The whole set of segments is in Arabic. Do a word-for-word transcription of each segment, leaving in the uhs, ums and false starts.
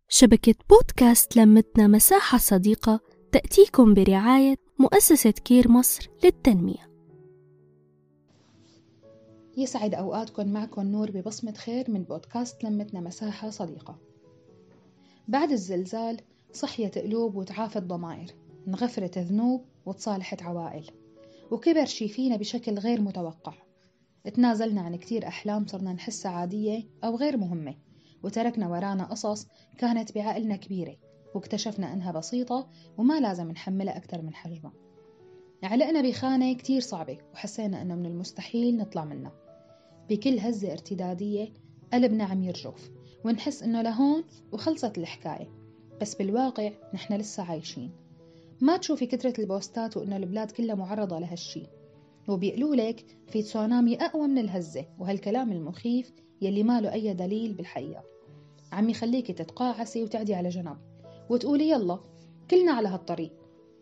شبكة بودكاست لمتنا مساحة صديقة تأتيكم برعاية مؤسسة كير مصر للتنمية. يسعد أوقاتكم، معكم نور ببصمة خير من بودكاست لمتنا مساحة صديقة. بعد الزلزال صحيت قلوب وتعافت ضمائر، انغفرت ذنوب وتصالحت عوائل، وكبر شي فينا بشكل غير متوقع. تنازلنا عن كتير أحلام صرنا نحسها عادية أو غير مهمة، وتركنا ورانا قصص كانت بعقلنا كبيرة واكتشفنا أنها بسيطة وما لازم نحملها أكتر من حجمها. علقنا بخانة كتير صعبة وحسينا أنه من المستحيل نطلع منها. بكل هزة ارتدادية قلبنا عم يرجف ونحس إنه لهون وخلصت الحكاية، بس بالواقع نحن لسه عايشين. ما تشوفي كثرة البوستات وإنه البلاد كلها معرضة لهالشي، وبيقولولك في تسونامي أقوى من الهزة، وهالكلام المخيف يلي ما له أي دليل بالحقيقة عم يخليكي تتقاعسي وتعدي على جنب وتقولي يلا كلنا على هالطريق.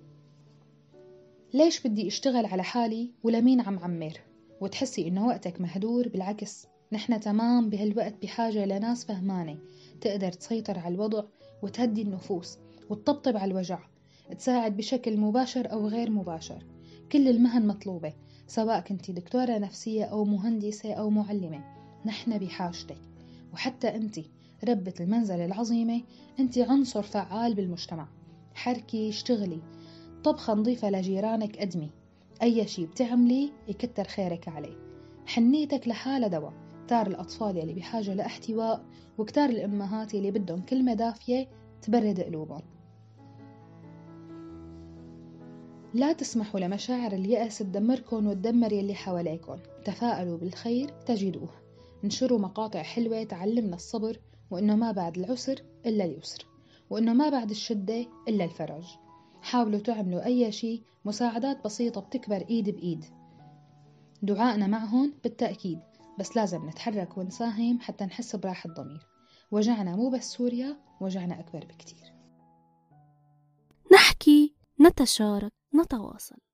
ليش بدي اشتغل على حالي ولمين عم عمر؟ وتحسي إنه وقتك مهدور. بالعكس، نحن تمام بهالوقت بحاجة لناس فهمانة تقدر تسيطر على الوضع وتهدي النفوس وتطبطب على الوجع، تساعد بشكل مباشر أو غير مباشر. كل المهن مطلوبة، سواء كنتي دكتورة نفسية أو مهندسة أو معلمة، نحن بحاجتك. وحتى أنتي ربة المنزل العظيمة، أنتي عنصر فعال بالمجتمع. حركي، اشتغلي، طبخة نظيفة لجيرانك قدمي، أي شي بتعملي يكتر خيرك عليه. حنيتك لحالة دواء. كتار الأطفال يلي بحاجة لاحتواء، وكتار الأمهات يلي بدهم كلمة دافية تبرد قلوبهم. لا تسمحوا لمشاعر اليأس تدمركن وتدمر يلي حواليكن. تفاءلوا بالخير تجدوه. انشروا مقاطع حلوة تعلمنا الصبر، وإنه ما بعد العسر إلا اليسر، وإنه ما بعد الشدة إلا الفرج. حاولوا تعملوا أي شيء، مساعدات بسيطة بتكبر إيد بإيد. دعائنا معهم بالتأكيد، بس لازم نتحرك ونساهم حتى نحس براحة ضمير. وجعنا مو بس سوريا، وجعنا أكبر بكتير. نحكي، نتشارك، نتواصل.